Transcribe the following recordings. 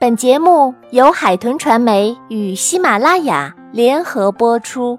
本节目由海豚传媒与喜马拉雅联合播出。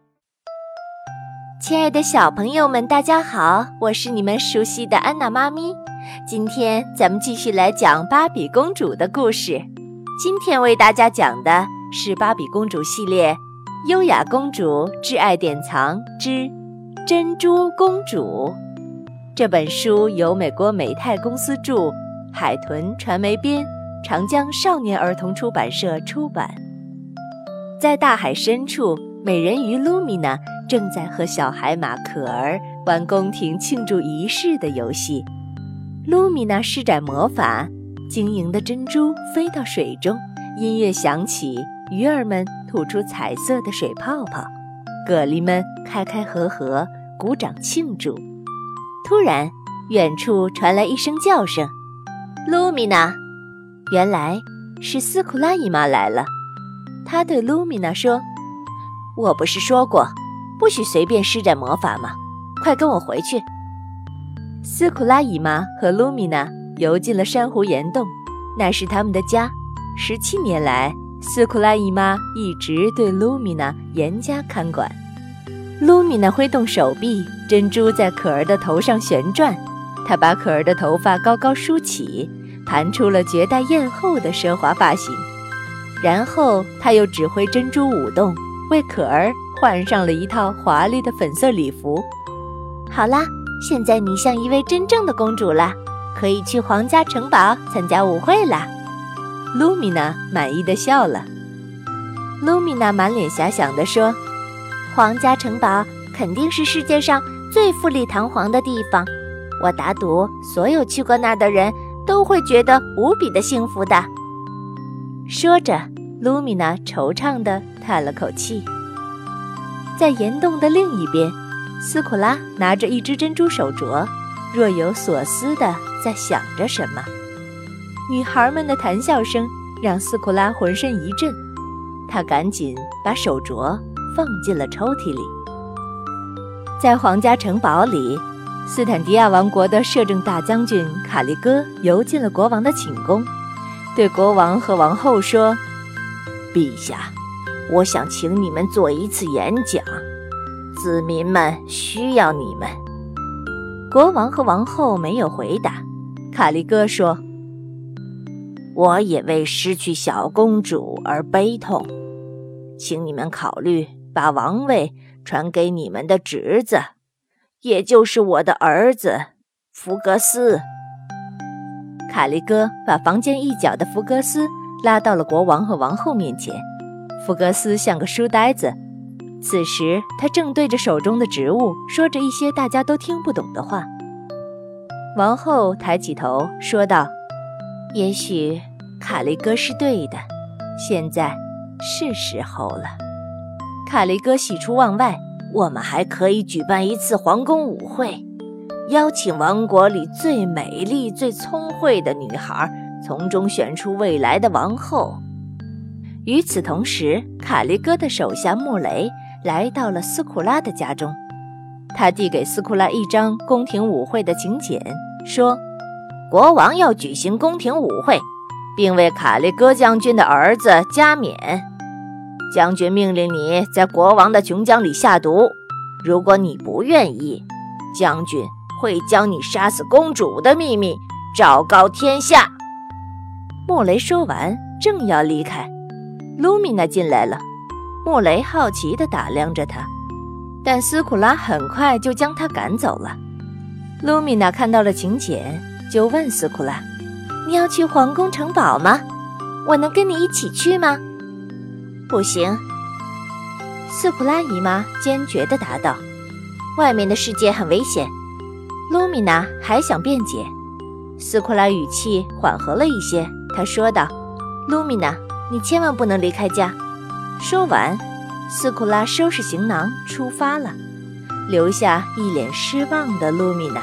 亲爱的小朋友们，大家好，我是你们熟悉的安娜妈咪。今天咱们继续来讲芭比公主的故事。今天为大家讲的是芭比公主系列《优雅公主挚爱典藏之珍珠公主》。这本书由美国美泰公司著，海豚传媒编，长江少年儿童出版社出版。在大海深处，美人鱼露米娜正在和小海马可儿玩宫廷庆祝仪式的游戏。露米娜施展魔法，晶莹的珍珠飞到水中，音乐响起，鱼儿们吐出彩色的水泡泡，蛤蜊们开开合合鼓掌庆祝。突然，远处传来一声叫声：“露米娜！”原来是斯库拉姨妈来了。她对露米娜说：“我不是说过不许随便施展魔法吗？快跟我回去。”斯库拉姨妈和露米娜游进了珊瑚岩洞，那是他们的家。17年来，斯库拉姨妈一直对露米娜严加看管。露米娜挥动手臂，珍珠在可儿的头上旋转，她把可儿的头发高高梳起，盘出了绝代艳后的奢华发型。然后她又指挥珍珠舞动，为可儿换上了一套华丽的粉色礼服。好啦，现在你像一位真正的公主了，可以去皇家城堡参加舞会啦。露米娜满意地笑了。露米娜满脸遐想地说：“皇家城堡肯定是世界上最富丽堂皇的地方，我打赌所有去过那儿的人都会觉得无比的幸福的。”说着，露米娜惆怅地叹了口气。在岩洞的另一边，斯库拉拿着一只珍珠手镯，若有所思地在想着什么。女孩们的谈笑声让斯库拉浑身一震，她赶紧把手镯放进了抽屉里。在皇家城堡里，斯坦迪亚王国的摄政大将军卡利戈游进了国王的寝宫，对国王和王后说：“陛下，我想请你们做一次演讲，子民们需要你们。”国王和王后没有回答。卡利戈说：“我也为失去小公主而悲痛，请你们考虑把王位传给你们的侄子，也就是我的儿子福格斯。”卡利戈把房间一角的福格斯拉到了国王和王后面前。福格斯像个书呆子，此时他正对着手中的植物说着一些大家都听不懂的话。王后抬起头说道：“也许卡利戈是对的，现在是时候了。”卡利戈喜出望外：“我们还可以举办一次皇宫舞会，邀请王国里最美丽最聪慧的女孩，从中选出未来的王后。”与此同时，卡利戈的手下穆雷来到了斯库拉的家中。他递给斯库拉一张宫廷舞会的请柬，说：“国王要举行宫廷舞会，并为卡利戈将军的儿子加冕。将军命令你在国王的琼浆里下毒，如果你不愿意，将军会将你杀死公主的秘密昭告天下。”穆雷说完，正要离开，露米娜进来了。穆雷好奇地打量着他，但斯库拉很快就将他赶走了。露米娜看到了请柬，就问斯库拉：“你要去皇宫城堡吗？我能跟你一起去吗？”“不行。”斯库拉姨妈坚决地答道，“外面的世界很危险。”露米娜还想辩解，斯库拉语气缓和了一些，她说道：“露米娜，你千万不能离开家。”说完，斯库拉收拾行囊出发了，留下一脸失望的露米娜。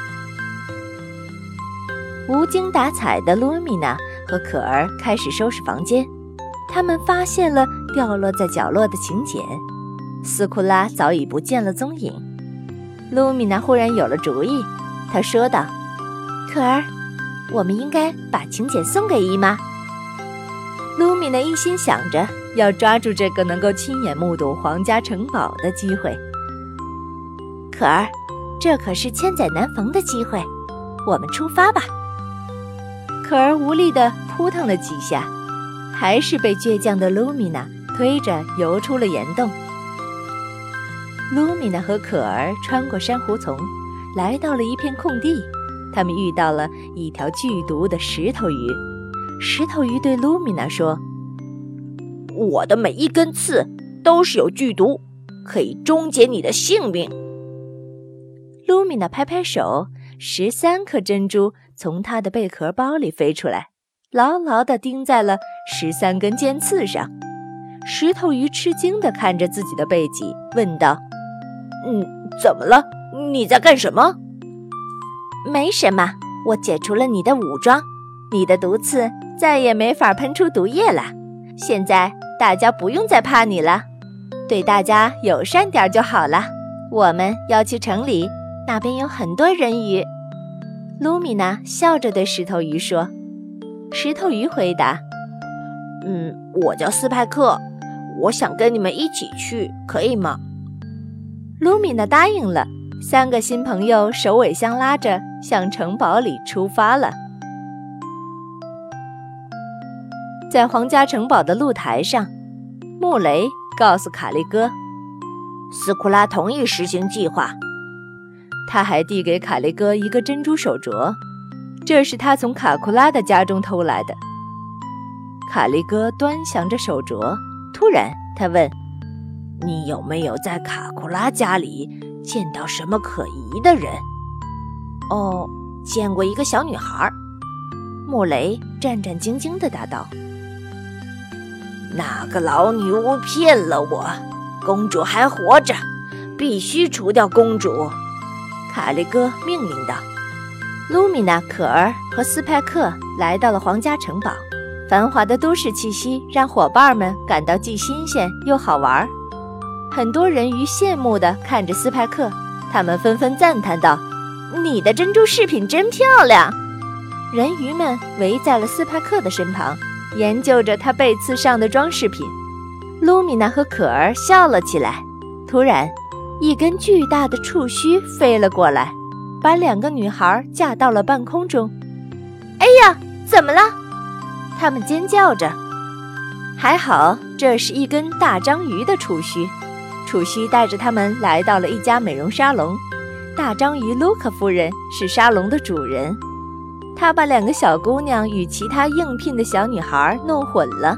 无精打采的露米娜和可儿开始收拾房间，他们发现了掉落在角落的请柬，斯库拉早已不见了踪影。露米娜忽然有了主意，她说道：“可儿，我们应该把请柬送给姨妈。” 卢米娜一心想着要抓住这个能够亲眼目睹皇家城堡的机会。可儿，这可是千载难逢的机会，我们出发吧。可儿无力地扑腾了几下，还是被倔强的卢米娜推着游出了岩洞。卢米娜和可儿穿过珊瑚丛，来到了一片空地。他们遇到了一条剧毒的石头鱼。石头鱼对卢米娜说：“ 我的每一根刺都是有剧毒，可以终结你的性命。” 卢米娜拍拍手，13颗珍珠从她的贝壳包里飞出来，牢牢地钉在了13根尖刺上。石头鱼吃惊地看着自己的背脊，问道：“ 怎么了？你在干什么？”“ 没什么，我解除了你的武装，你的毒刺再也没法喷出毒液了。现在大家不用再怕你了，对大家友善点就好了。我们要去城里，那边有很多人鱼。”卢米娜笑着对石头鱼说。石头鱼回答：“ 我叫斯派克，我想跟你们一起去，可以吗？” 卢米娜答应了。3个新朋友首尾相拉着向城堡里出发了。在皇家城堡的露台上，穆雷告诉卡利哥， 斯库拉同意实行计划。 他还递给卡利哥一个珍珠手镯，这是他从卡库拉的家中偷来的。卡利哥端详着手镯，突然他问：“ 你有没有在卡库拉家里见到什么可疑的人？”“ 哦，见过一个小女孩。”穆雷战战兢兢地答道。 “那个老女巫骗了我，公主还活着，必须除掉公主。” 卡利哥命令道。卢米娜、可儿和斯派克来到了皇家城堡，繁华的都市气息让伙伴们感到既新鲜又好玩。很多人鱼羡慕地看着斯派克，他们纷纷赞叹道：“你的珍珠饰品真漂亮！”人鱼们围在了斯派克的身旁，研究着他背刺上的装饰品。卢米娜和可儿笑了起来。突然，一根巨大的触须飞了过来，把2个女孩架到了半空中。“哎呀，怎么了？”她们尖叫着。还好，这是一根大章鱼的触须。触须带着他们来到了一家美容沙龙。大章鱼卢克夫人是沙龙的主人，她把2个小姑娘与其他应聘的小女孩弄混了。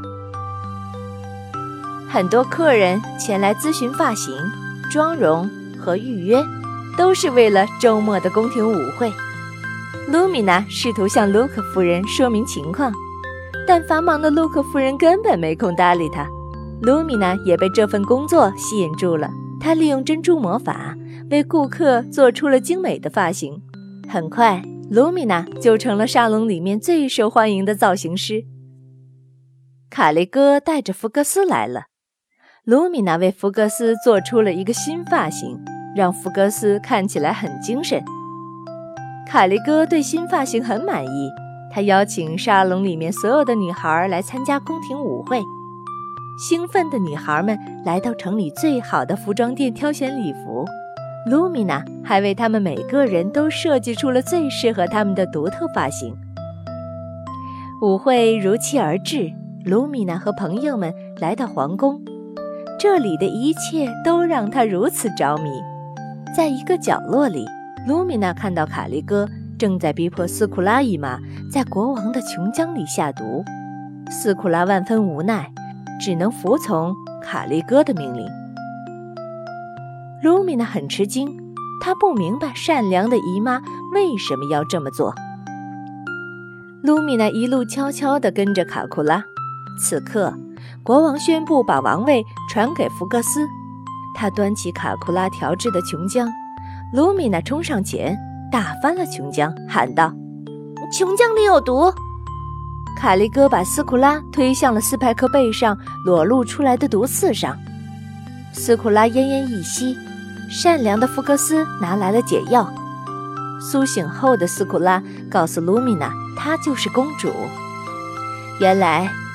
很多客人前来咨询发型、妆容和预约，都是为了周末的宫廷舞会。卢米娜试图向卢克夫人说明情况，但繁忙的卢克夫人根本没空搭理她。卢米娜也被这份工作吸引住了，她利用珍珠魔法为顾客做出了精美的发型。很快，卢米娜就成了沙龙里面最受欢迎的造型师。卡利哥带着福格斯来了，卢米娜为福格斯做出了一个新发型，让福格斯看起来很精神。卡利哥对新发型很满意，他邀请沙龙里面所有的女孩来参加宫廷舞会。兴奋的女孩们来到城里最好的服装店挑选礼服，卢米娜还为他们每个人都设计出了最适合他们的独特发型。舞会如期而至，卢米娜和朋友们来到皇宫，这里的一切都让她如此着迷。在一个角落里，卢米娜看到卡利哥正在逼迫斯库拉一马在国王的琼浆里下毒，斯库拉万分无奈，只能服从卡利哥的命令。卢米娜很吃惊，她不明白善良的姨妈为什么要这么做。卢米娜一路悄悄地跟着卡库拉。此刻，国王宣布把王位传给福克斯。他端起卡库拉调制的琼浆，卢米娜冲上前打翻了琼浆，喊道：“琼浆里有毒！”卡利哥把斯库拉推向了斯派克背上裸露出来的毒刺上。斯库拉奄奄一息，善良的福克斯拿来了解药。苏醒后的斯库拉告诉卢米娜，她就是公主。原来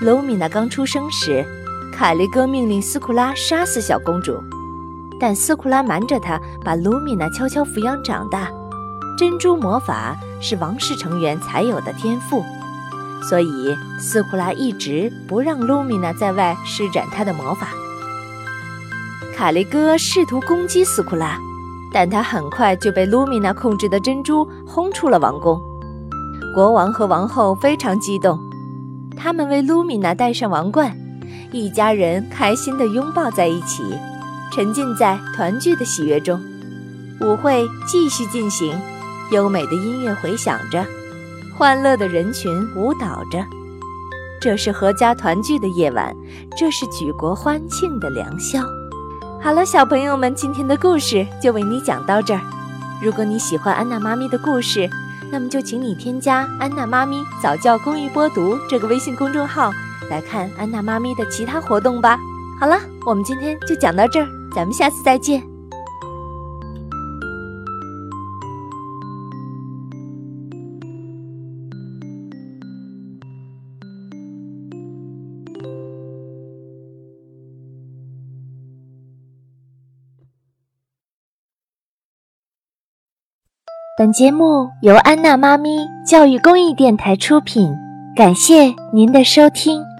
卢米娜刚出生时，凯利哥命令斯库拉杀死小公主，但斯库拉瞒着他，把卢米娜悄悄抚养长大。珍珠魔法是王室成员才有的天赋，所以斯库拉一直不让卢米娜在外施展她的魔法。凯利哥试图攻击斯库拉，但他很快就被卢米娜控制的珍珠轰出了王宫。国王和王后非常激动，他们为卢米娜戴上王冠，一家人开心地拥抱在一起，沉浸在团聚的喜悦中。舞会继续进行，优美的音乐回响着，欢乐的人群舞蹈着。这是阖家团聚的夜晚，这是举国欢庆的良宵。好了，小朋友们，今天的故事就为你讲到这儿。如果你喜欢安娜妈咪的故事，那么就请你添加安娜妈咪早教公益播读这个微信公众号，来看安娜妈咪的其他活动吧。好了，我们今天就讲到这儿，咱们下次再见。本节目由安娜妈咪教育公益电台出品，感谢您的收听。